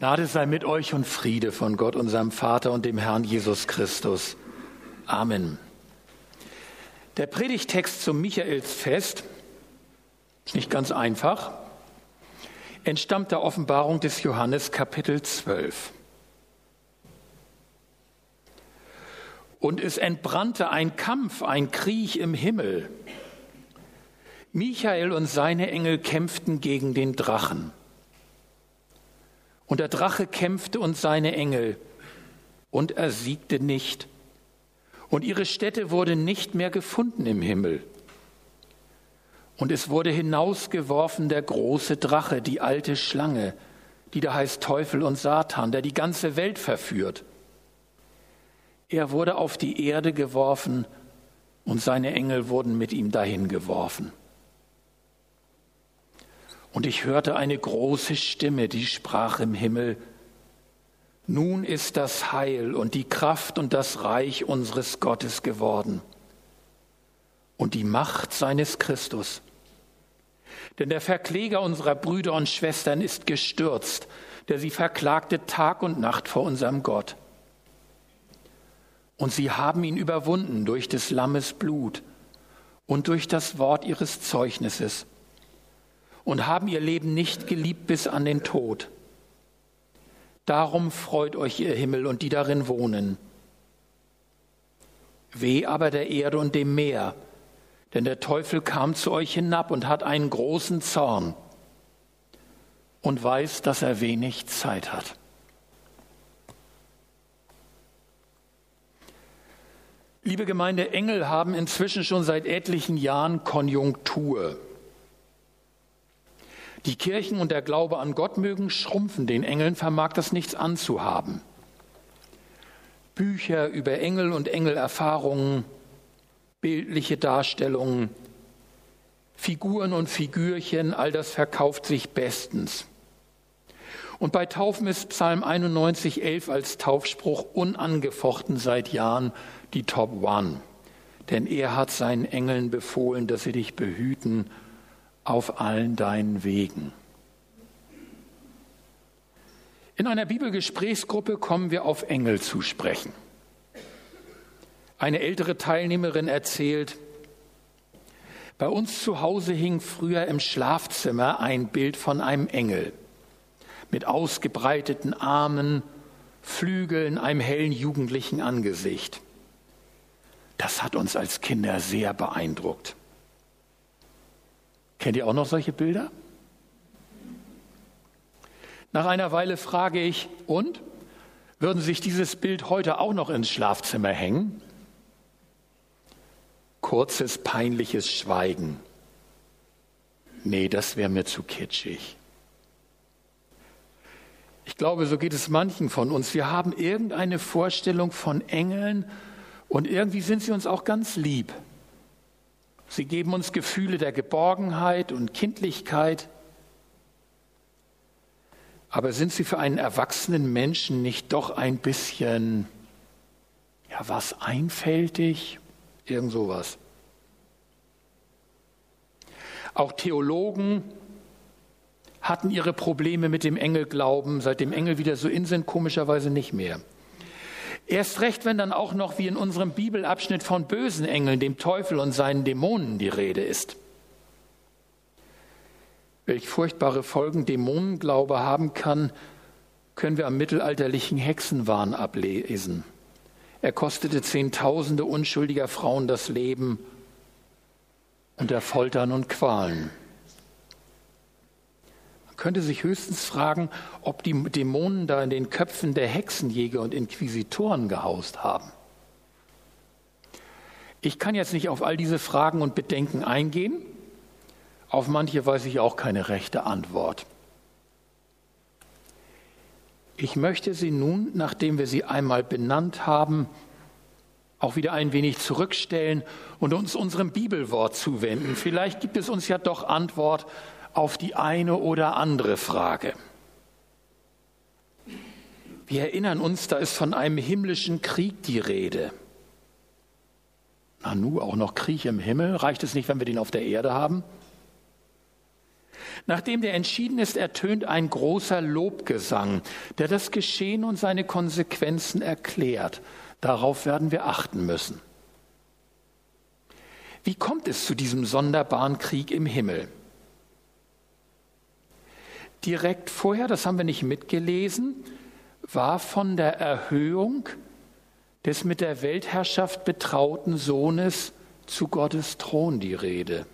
Gnade sei mit euch und Friede von Gott, unserem Vater und dem Herrn Jesus Christus. Amen. Der Predigttext zum Michaelsfest ist nicht ganz einfach, entstammt der Offenbarung des Johannes Kapitel 12. Und es entbrannte ein Kampf, ein Krieg im Himmel. Michael und seine Engel kämpften gegen den Drachen. Und der Drache kämpfte und seine Engel, und er siegte nicht. Und ihre Stätte wurde nicht mehr gefunden im Himmel. Und es wurde hinausgeworfen der große Drache, die alte Schlange, die da heißt Teufel und Satan, der die ganze Welt verführt. Er wurde auf die Erde geworfen, und seine Engel wurden mit ihm dahin geworfen. Und ich hörte eine große Stimme, die sprach im Himmel: Nun ist das Heil und die Kraft und das Reich unseres Gottes geworden und die Macht seines Christus. Denn der Verkläger unserer Brüder und Schwestern ist gestürzt, der sie verklagte Tag und Nacht vor unserem Gott. Und sie haben ihn überwunden durch des Lammes Blut und durch das Wort ihres Zeugnisses und haben ihr Leben nicht geliebt bis an den Tod. Darum freut euch ihr Himmel und die darin wohnen. Weh aber der Erde und dem Meer, denn der Teufel kam zu euch hinab und hat einen großen Zorn und weiß, dass er wenig Zeit hat. Liebe Gemeinde, Engel haben inzwischen schon seit etlichen Jahren Konjunktur. Die Kirchen und der Glaube an Gott mögen schrumpfen, den Engeln vermag das nichts anzuhaben. Bücher über Engel und Engelerfahrungen, bildliche Darstellungen, Figuren und Figürchen, all das verkauft sich bestens. Und bei Taufen ist Psalm 91,11 als Taufspruch unangefochten seit Jahren die Top One. Denn er hat seinen Engeln befohlen, dass sie dich behüten auf allen deinen Wegen. In einer Bibelgesprächsgruppe kommen wir auf Engel zu sprechen. Eine ältere Teilnehmerin erzählt: Bei uns zu Hause hing früher im Schlafzimmer ein Bild von einem Engel mit ausgebreiteten Armen, Flügeln, einem hellen jugendlichen Angesicht. Das hat uns als Kinder sehr beeindruckt. Kennt ihr auch noch solche Bilder? Nach einer Weile frage ich: Und? Würden Sie sich dieses Bild heute auch noch ins Schlafzimmer hängen? Kurzes, peinliches Schweigen. Nee, das wäre mir zu kitschig. Ich glaube, so geht es manchen von uns. Wir haben irgendeine Vorstellung von Engeln und irgendwie sind sie uns auch ganz lieb. Sie geben uns Gefühle der Geborgenheit und Kindlichkeit. Aber sind sie für einen erwachsenen Menschen nicht doch ein bisschen, einfältig? Irgend sowas. Auch Theologen hatten ihre Probleme mit dem Engelglauben, seit dem Engel wieder so in sind, komischerweise nicht mehr. Erst recht, wenn dann auch noch wie in unserem Bibelabschnitt von bösen Engeln, dem Teufel und seinen Dämonen die Rede ist. Welch furchtbare Folgen Dämonenglaube haben kann, können wir am mittelalterlichen Hexenwahn ablesen. Er kostete Zehntausende unschuldiger Frauen das Leben unter Foltern und Qualen. Man könnte sich höchstens fragen, ob die Dämonen da in den Köpfen der Hexenjäger und Inquisitoren gehaust haben. Ich kann jetzt nicht auf all diese Fragen und Bedenken eingehen. Auf manche weiß ich auch keine rechte Antwort. Ich möchte sie nun, nachdem wir sie einmal benannt haben, auch wieder ein wenig zurückstellen und uns unserem Bibelwort zuwenden. Vielleicht gibt es uns ja doch Antwort auf die eine oder andere Frage. Wir erinnern uns, da ist von einem himmlischen Krieg die Rede. Nanu, auch noch Krieg im Himmel? Reicht es nicht, wenn wir den auf der Erde haben? Nachdem der entschieden ist, ertönt ein großer Lobgesang, der das Geschehen und seine Konsequenzen erklärt. Darauf werden wir achten müssen. Wie kommt es zu diesem sonderbaren Krieg im Himmel? Direkt vorher, das haben wir nicht mitgelesen, war von der Erhöhung des mit der Weltherrschaft betrauten Sohnes zu Gottes Thron die Rede.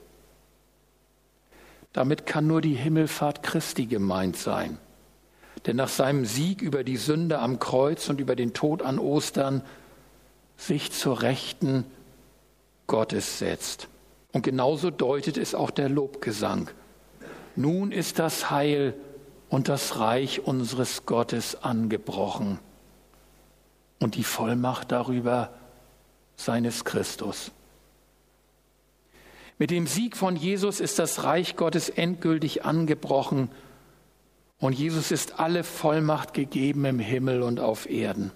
Damit kann nur die Himmelfahrt Christi gemeint sein. Denn nach seinem Sieg über die Sünde am Kreuz und über den Tod an Ostern sich zur Rechten Gottes setzt. Und genauso deutet es auch der Lobgesang. Nun ist das Heil und das Reich unseres Gottes angebrochen und die Vollmacht darüber seines Christus. Mit dem Sieg von Jesus ist das Reich Gottes endgültig angebrochen und Jesus ist alle Vollmacht gegeben im Himmel und auf Erden.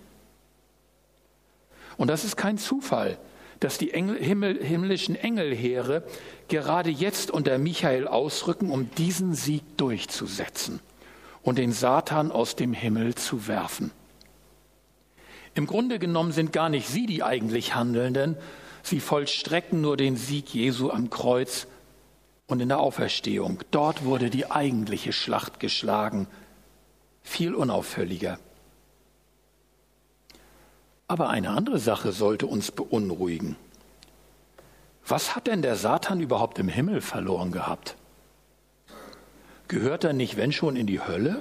Und das ist kein Zufall, dass die himmlischen Engelheere gerade jetzt unter Michael ausrücken, um diesen Sieg durchzusetzen und den Satan aus dem Himmel zu werfen. Im Grunde genommen sind gar nicht sie die eigentlich Handelnden, sie vollstrecken nur den Sieg Jesu am Kreuz und in der Auferstehung. Dort wurde die eigentliche Schlacht geschlagen, viel unauffälliger. Aber eine andere Sache sollte uns beunruhigen. Was hat denn der Satan überhaupt im Himmel verloren gehabt? Gehört er nicht, wenn schon, in die Hölle?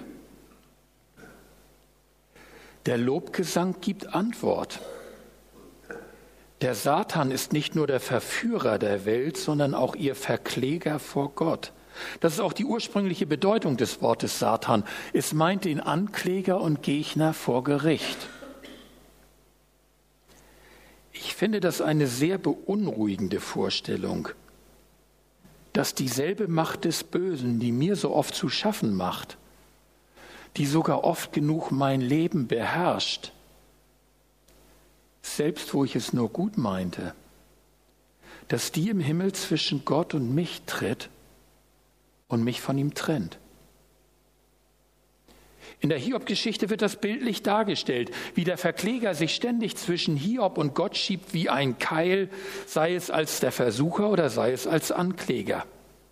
Der Lobgesang gibt Antwort. Der Satan ist nicht nur der Verführer der Welt, sondern auch ihr Verkläger vor Gott. Das ist auch die ursprüngliche Bedeutung des Wortes Satan. Es meint den Ankläger und Gegner vor Gericht. Ich finde das eine sehr beunruhigende Vorstellung, dass dieselbe Macht des Bösen, die mir so oft zu schaffen macht, die sogar oft genug mein Leben beherrscht, selbst wo ich es nur gut meinte, dass die im Himmel zwischen Gott und mich tritt und mich von ihm trennt. In der Hiob-Geschichte wird das bildlich dargestellt, wie der Verkläger sich ständig zwischen Hiob und Gott schiebt wie ein Keil, sei es als der Versucher oder sei es als Ankläger.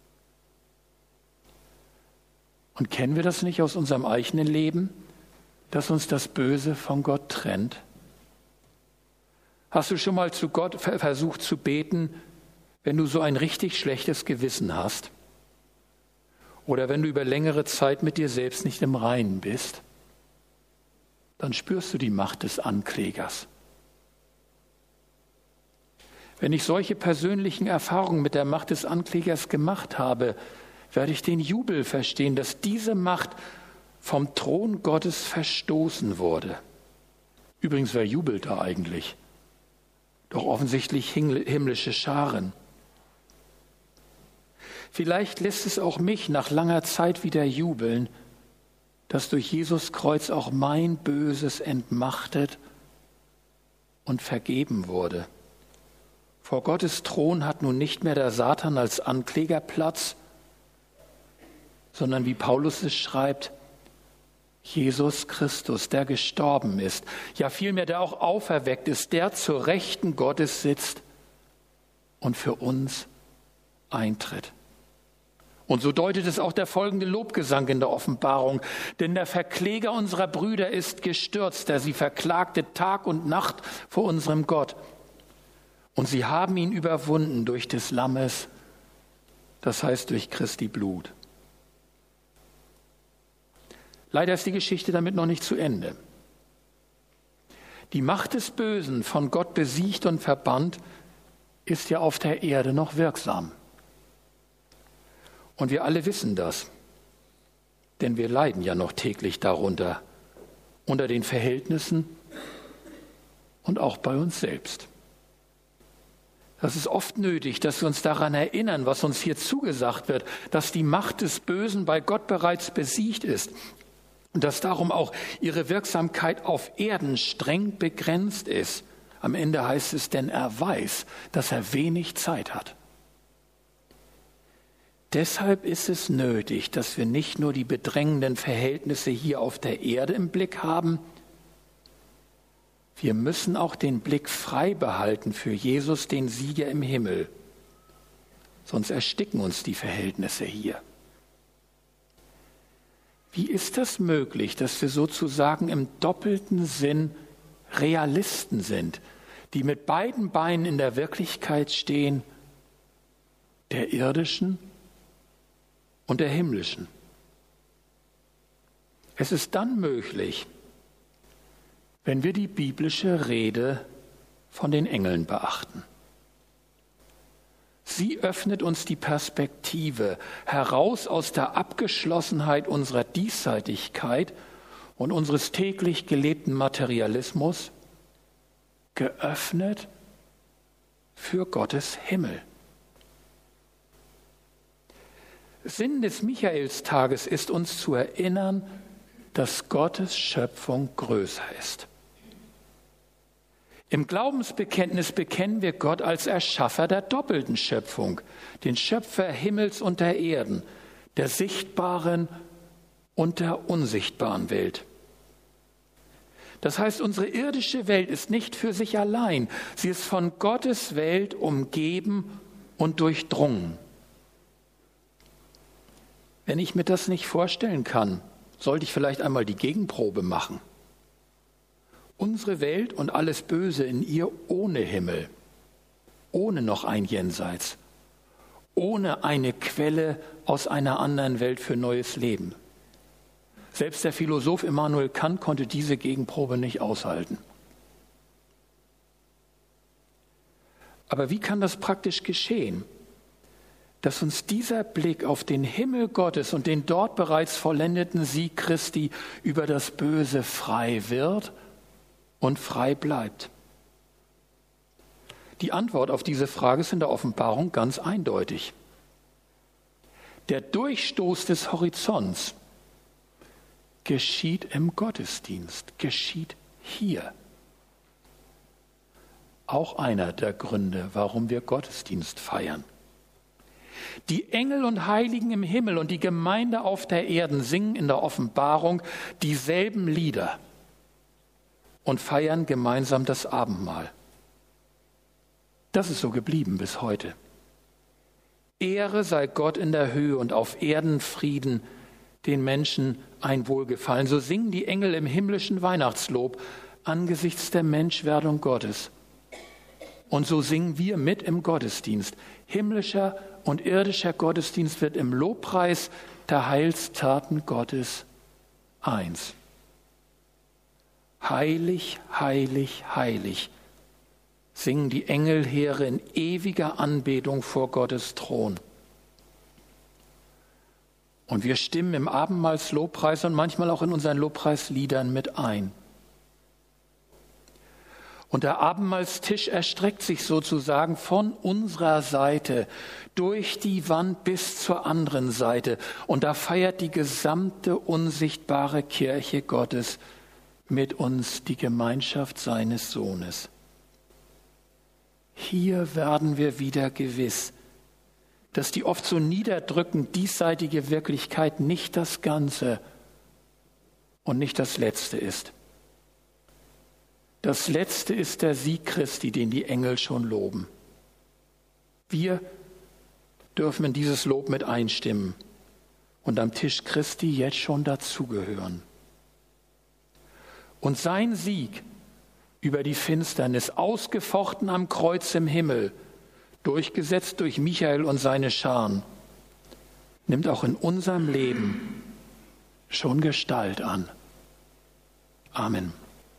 Und kennen wir das nicht aus unserem eigenen Leben, dass uns das Böse von Gott trennt? Hast du schon mal zu Gott versucht zu beten, wenn du so ein richtig schlechtes Gewissen hast? Oder wenn du über längere Zeit mit dir selbst nicht im Reinen bist? Dann spürst du die Macht des Anklägers. Wenn ich solche persönlichen Erfahrungen mit der Macht des Anklägers gemacht habe, werde ich den Jubel verstehen, dass diese Macht vom Thron Gottes verstoßen wurde. Übrigens, wer jubelt da eigentlich? Doch offensichtlich himmlische Scharen. Vielleicht lässt es auch mich nach langer Zeit wieder jubeln, dass durch Jesus Kreuz auch mein Böses entmachtet und vergeben wurde. Vor Gottes Thron hat nun nicht mehr der Satan als Ankläger Platz, sondern wie Paulus es schreibt, Jesus Christus, der gestorben ist, ja vielmehr der auch auferweckt ist, der zur Rechten Gottes sitzt und für uns eintritt. Und so deutet es auch der folgende Lobgesang in der Offenbarung. Denn der Verkläger unserer Brüder ist gestürzt, der sie verklagte Tag und Nacht vor unserem Gott. Und sie haben ihn überwunden durch des Lammes, das heißt durch Christi Blut. Leider ist die Geschichte damit noch nicht zu Ende. Die Macht des Bösen, von Gott besiegt und verbannt, ist ja auf der Erde noch wirksam. Und wir alle wissen das, denn wir leiden ja noch täglich darunter, unter den Verhältnissen und auch bei uns selbst. Das ist oft nötig, dass wir uns daran erinnern, was uns hier zugesagt wird, dass die Macht des Bösen bei Gott bereits besiegt ist und dass darum auch ihre Wirksamkeit auf Erden streng begrenzt ist. Am Ende heißt es, denn er weiß, dass er wenig Zeit hat. Deshalb ist es nötig, dass wir nicht nur die bedrängenden Verhältnisse hier auf der Erde im Blick haben, wir müssen auch den Blick frei behalten für Jesus, den Sieger im Himmel. Sonst ersticken uns die Verhältnisse hier. Wie ist das möglich, dass wir sozusagen im doppelten Sinn Realisten sind, die mit beiden Beinen in der Wirklichkeit stehen, der irdischen und der himmlischen? Es ist dann möglich, wenn wir die biblische Rede von den Engeln beachten. Sie öffnet uns die Perspektive heraus aus der Abgeschlossenheit unserer Diesseitigkeit und unseres täglich gelebten Materialismus, geöffnet für Gottes Himmel. Sinn des Michaelstages ist, uns zu erinnern, dass Gottes Schöpfung größer ist. Im Glaubensbekenntnis bekennen wir Gott als Erschaffer der doppelten Schöpfung, den Schöpfer Himmels und der Erden, der sichtbaren und der unsichtbaren Welt. Das heißt, unsere irdische Welt ist nicht für sich allein, sie ist von Gottes Welt umgeben und durchdrungen. Wenn ich mir das nicht vorstellen kann, sollte ich vielleicht einmal die Gegenprobe machen. Unsere Welt und alles Böse in ihr ohne Himmel, ohne noch ein Jenseits, ohne eine Quelle aus einer anderen Welt für neues Leben. Selbst der Philosoph Immanuel Kant konnte diese Gegenprobe nicht aushalten. Aber wie kann das praktisch geschehen, dass uns dieser Blick auf den Himmel Gottes und den dort bereits vollendeten Sieg Christi über das Böse frei wird und frei bleibt? Die Antwort auf diese Frage ist in der Offenbarung ganz eindeutig. Der Durchstoß des Horizonts geschieht im Gottesdienst, geschieht hier. Auch einer der Gründe, warum wir Gottesdienst feiern. Die Engel und Heiligen im Himmel und die Gemeinde auf der Erde singen in der Offenbarung dieselben Lieder und feiern gemeinsam das Abendmahl. Das ist so geblieben bis heute. Ehre sei Gott in der Höhe und auf Erden Frieden, den Menschen ein Wohlgefallen. So singen die Engel im himmlischen Weihnachtslob angesichts der Menschwerdung Gottes. Und so singen wir mit im Gottesdienst. Himmlischer und irdischer Gottesdienst wird im Lobpreis der Heilstaten Gottes eins. Heilig, heilig, heilig, singen die Engelheere in ewiger Anbetung vor Gottes Thron. Und wir stimmen im Abendmahlslobpreis und manchmal auch in unseren Lobpreisliedern mit ein. Und der Abendmahlstisch erstreckt sich sozusagen von unserer Seite durch die Wand bis zur anderen Seite. Und da feiert die gesamte unsichtbare Kirche Gottes mit uns die Gemeinschaft seines Sohnes. Hier werden wir wieder gewiss, dass die oft so niederdrückend diesseitige Wirklichkeit nicht das Ganze und nicht das Letzte ist. Das Letzte ist der Sieg Christi, den die Engel schon loben. Wir dürfen in dieses Lob mit einstimmen und am Tisch Christi jetzt schon dazugehören. Und sein Sieg über die Finsternis, ausgefochten am Kreuz im Himmel, durchgesetzt durch Michael und seine Scharen, nimmt auch in unserem Leben schon Gestalt an. Amen.